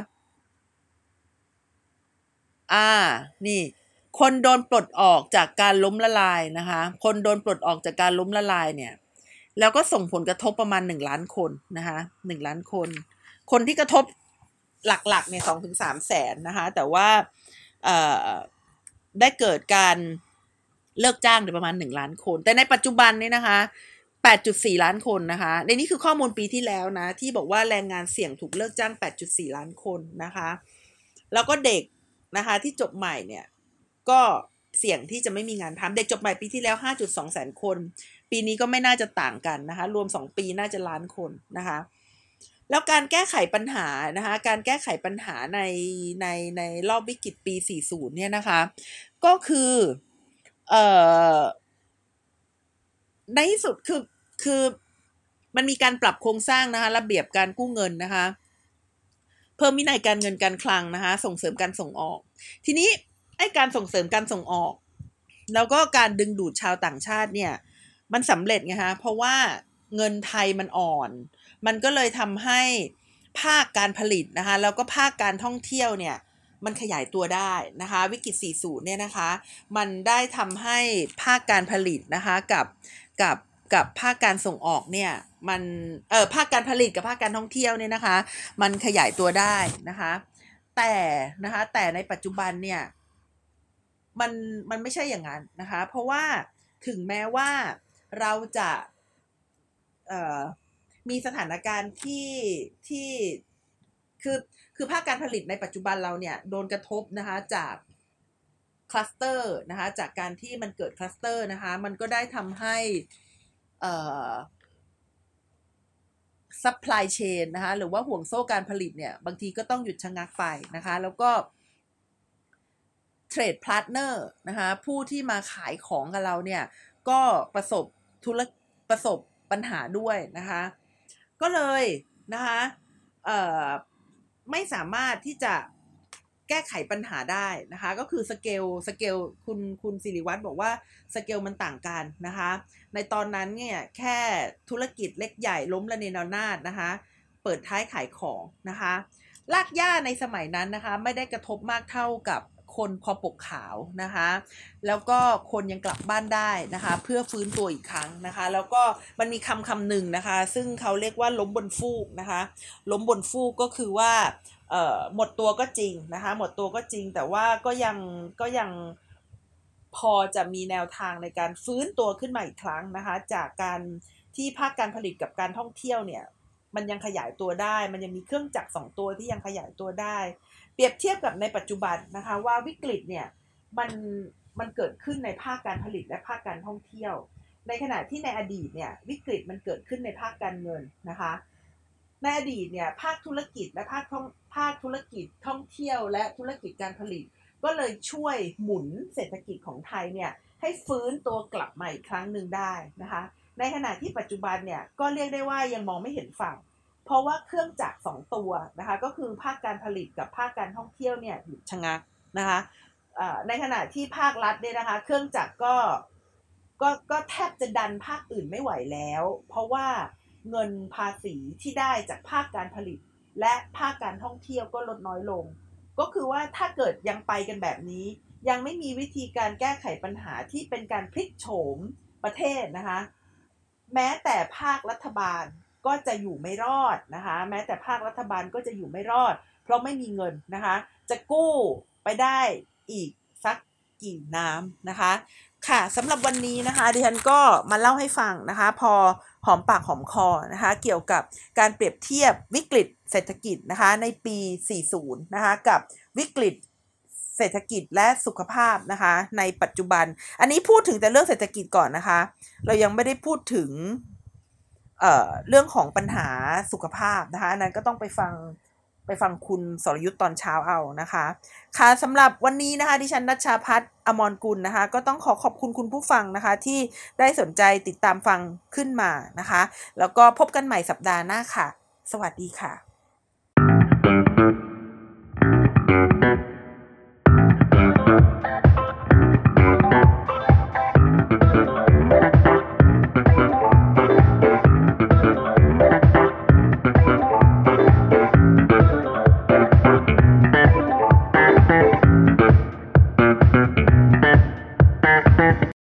อ่านี่คนโดนปลดออกจากการล้มละลายนะคะคนโดนปลดออกจากการล้มละลายเนี่ยแล้วก็ส่งผลกระทบประมาณหนึ่งล้านคนนะคะหนึ่งล้านคนคนที่กระทบหลักๆเนี่ยสองถึงสามแสนนะคะแต่ว่าเอ่อได้เกิดการเลิกจ้างประมาณหนึ่งล้านคนแต่ในปัจจุบันนี้นะคะ แปดจุดสี่ ล้านคนนะคะในนี้คือข้อมูลปีที่แล้วนะที่บอกว่าแรงงานเสี่ยงถูกเลิกจ้าง แปดจุดสี่ ล้านคนนะคะแล้วก็เด็กนะคะที่จบใหม่เนี่ยก็เสี่ยงที่จะไม่มีงานทำเด็กจบใหม่ปีที่แล้ว ห้าจุดสอง แสนคนปีนี้ก็ไม่น่าจะต่างกันนะคะรวมสองปีน่าจะล้านคนนะคะแล้วการแก้ไขปัญหานะคะการแก้ไขปัญหาในในในรอบวิกฤตปีสี่สิบเนี่ยนะคะก็คือเอ่อในที่สุดคือคือมันมีการปรับโครงสร้างนะคะระเบียบการกู้เงินนะคะเพิ่มวินัยการเงินการคลังนะคะส่งเสริมการส่งออกทีนี้ไอ้การส่งเสริมการส่งออกแล้วก็การดึงดูดชาวต่างชาติเนี่ยมันสำเร็จไงคะเพราะว่าเงินไทยมันอ่อนมันก็เลยทำให้ภาคการผลิตนะคะแล้วก็ภาคการท่องเที่ยวเนี่ยมันขยายตัวได้นะคะวิกฤตสี่สิบเนี่ยนะคะมันได้ทำให้ภาคการผลิตนะคะกับกับกับภาคการส่งออกเนี่ยมันเออภาคการผลิตกับภาคการท่องเที่ยวเนี่ยนะคะมันขยายตัวได้นะคะแต่นะคะแต่ในปัจจุบันเนี่ยมันมันไม่ใช่อย่างนั้นนะคะเพราะว่าถึงแม้ว่าเราจะเอ่อมีสถานการณ์ที่ที่คือคือภาคการผลิตในปัจจุบันเราเนี่ยโดนกระทบนะคะจากคลัสเตอร์นะคะจากการที่มันเกิดคลัสเตอร์นะคะมันก็ได้ทำให้เอ่อ supply chain นะคะหรือว่าห่วงโซ่การผลิตเนี่ยบางทีก็ต้องหยุดชะงักไปนะคะแล้วก็ trade partner นะคะผู้ที่มาขายของกับเราเนี่ยก็ประสบธุรประสบปัญหาด้วยนะคะก็เลยนะคะเอ่อไม่สามารถที่จะแก้ไขปัญหาได้นะคะก็คือสเกลสเกลคุณคุณศิริวัฒน์บอกว่าสเกลมันต่างกันนะคะในตอนนั้นเนี่ยแค่ธุรกิจเล็กใหญ่ล้มระเนระนาดนะคะเปิดท้ายขายของนะคะรากหญ้าในสมัยนั้นนะคะไม่ได้กระทบมากเท่ากับคนคอปกขาวนะคะแล้วก็คนยังกลับบ้านได้นะคะเพื่อฟื้นตัวอีกครั้งนะคะแล้วก็มันมีคำคำหนึ่งนะคะซึ่งเขาเรียกว่าล้มบนฟูกนะคะล้มบนฟูกก็คือว่าเอ่อหมดตัวก็จริงนะคะหมดตัวก็จริงแต่ว่าก็ยังก็ยังพอจะมีแนวทางในการฟื้นตัวขึ้นมาอีกครั้งนะคะจากการที่ภาคการผลิตกับการท่องเที่ยวเนี่ยมันยังขยายตัวได้มันยังมีเครื่องจักรสองตัวที่ยังขยายตัวได้เปรียบเทียบกับในปัจจุบันนะคะว่าวิกฤตเนี่ยมันมันเกิดขึ้นในภาคการผลิตและภาคการท่องเที่ยวในขณะที่ในอดีตเนี่ยวิกฤตมันเกิดขึ้นในภาคการเงินนะคะในอดีตเนี่ยภาคธุรกิจและภาคท่องภาคธุรกิจท่องเที่ยวและธุรกิจการผลิตก็เลยช่วยหมุนเศรษฐกิจของไทยเนี่ยให้ฟื้นตัวกลับมาอีกครั้งหนึ่งได้นะคะในขณะที่ปัจจุบันเนี่ยก็เรียกได้ว่ายังมองไม่เห็นฝั่งเพราะว่าเครื่องจักรสองตัวนะคะก็คือภาคการผลิตกับภาคการท่องเที่ยวเนี่ยหยุดชะงักนะคะในขณะที่ภาครัฐเนี่ยนะคะเครื่องจักรก็ก็ก็แทบจะดันภาคอื่นไม่ไหวแล้วเพราะว่าเงินภาษีที่ได้จากภาคการผลิตและภาคการท่องเที่ยวก็ลดน้อยลงก็คือว่าถ้าเกิดยังไปกันแบบนี้ยังไม่มีวิธีการแก้ไขปัญหาที่เป็นการพลิกโฉมประเทศนะคะแม้แต่ภาครัฐบาลก็จะอยู่ไม่รอดนะคะแม้แต่ภาครัฐบาลก็จะอยู่ไม่รอดเพราะไม่มีเงินนะคะจะกู้ไปได้อีกสักกี่น้ำนะคะค่ะสำหรับวันนี้นะคะดิฉันก็มาเล่าให้ฟังนะคะพอหอมปากหอมคอนะคะเกี่ยวกับการเปรียบเทียบวิกฤตเศรษฐกิจนะคะในปีสี่สิบนะคะกับวิกฤตเศรษฐกิจและสุขภาพนะคะในปัจจุบันอันนี้พูดถึงแต่เรื่องเศรษฐกิจก่อนนะคะเรายังไม่ได้พูดถึงเอ่อเรื่องของปัญหาสุขภาพนะคะนั้นก็ต้องไปฟังไปฟังคุณสรยุทธ์ตอนเช้าเอานะคะค่ะสำหรับวันนี้นะคะดิฉันณัชชาภัทร อมรกุลนะคะก็ต้องขอขอบคุณคุณผู้ฟังนะคะที่ได้สนใจติดตามฟังขึ้นมานะคะแล้วก็พบกันใหม่สัปดาห์หน้าค่ะสวัสดีค่ะ